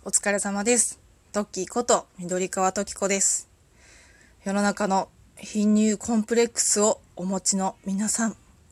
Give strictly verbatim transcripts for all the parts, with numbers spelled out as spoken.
お疲れ様です。トッキーこと緑川トキコです。世の中の貧乳コンプレックスをお持ちの皆さん、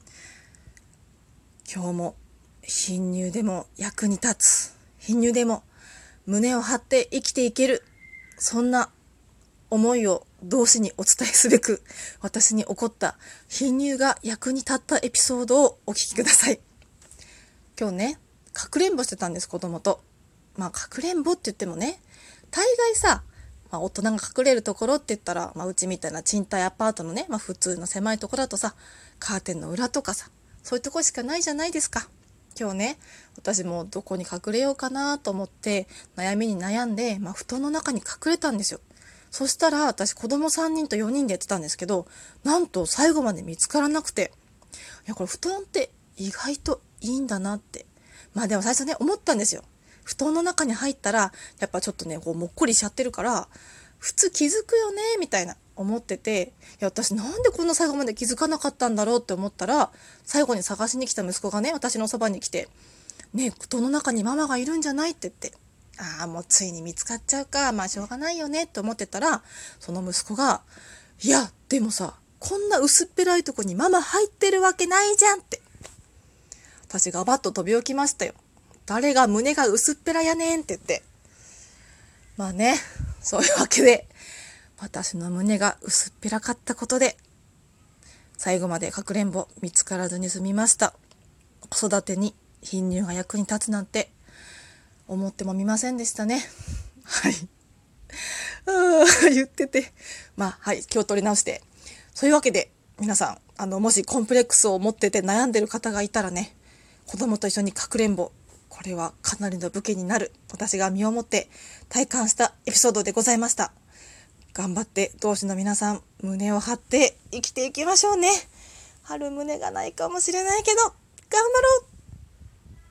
今日も貧乳でも役に立つ、貧乳でも胸を張って生きていける、そんな思いを同志にお伝えすべく、私に起こった貧乳が役に立ったエピソードをお聞きください。今日ね、かくれんぼしてたんです、子供と。まあかくれんぼって言ってもね、大概さ、まあ、大人が隠れるところって言ったら、まあ、うちみたいな賃貸アパートのね、まあ、普通の狭いところだとさ、カーテンの裏とかさ、そういうとこしかないじゃないですか。今日ね、私もどこに隠れようかなと思って悩みに悩んで、まあ、布団の中に隠れたんですよ。そしたら私子供さんにんとよにんでやってたんですけど、なんと最後まで見つからなくて、いやこれ布団って意外といいんだなって、まあでも最初ね思ったんですよ。布団の中に入ったらやっぱちょっとねこうもっこりしちゃってるから普通気づくよねみたいな思ってて、いや私なんでこんな最後まで気づかなかったんだろうって思ったら、最後に探しに来た息子がね私のそばに来て、ねえ布団の中にママがいるんじゃないって言って、ああもうついに見つかっちゃうか、まあしょうがないよねって思ってたら、その息子が、いやでもさこんな薄っぺらいとこにママ入ってるわけないじゃんって。私がバッと飛び起きましたよ。誰が胸が薄っぺらやねんって言って。まあね、そういうわけで私の胸が薄っぺらかったことで最後までかくれんぼ見つからずに済みました。子育てに貧乳が役に立つなんて思ってもみませんでしたね。はい。あ言っててまあはい気を取り直して、そういうわけで皆さんあのもしコンプレックスを持ってて悩んでる方がいたらね、子供と一緒にかくれんぼ、これはかなりの武器になる、私が身をもって体感したエピソードでございました。頑張って同志の皆さん胸を張って生きていきましょうね。張る胸がないかもしれないけど頑張ろう。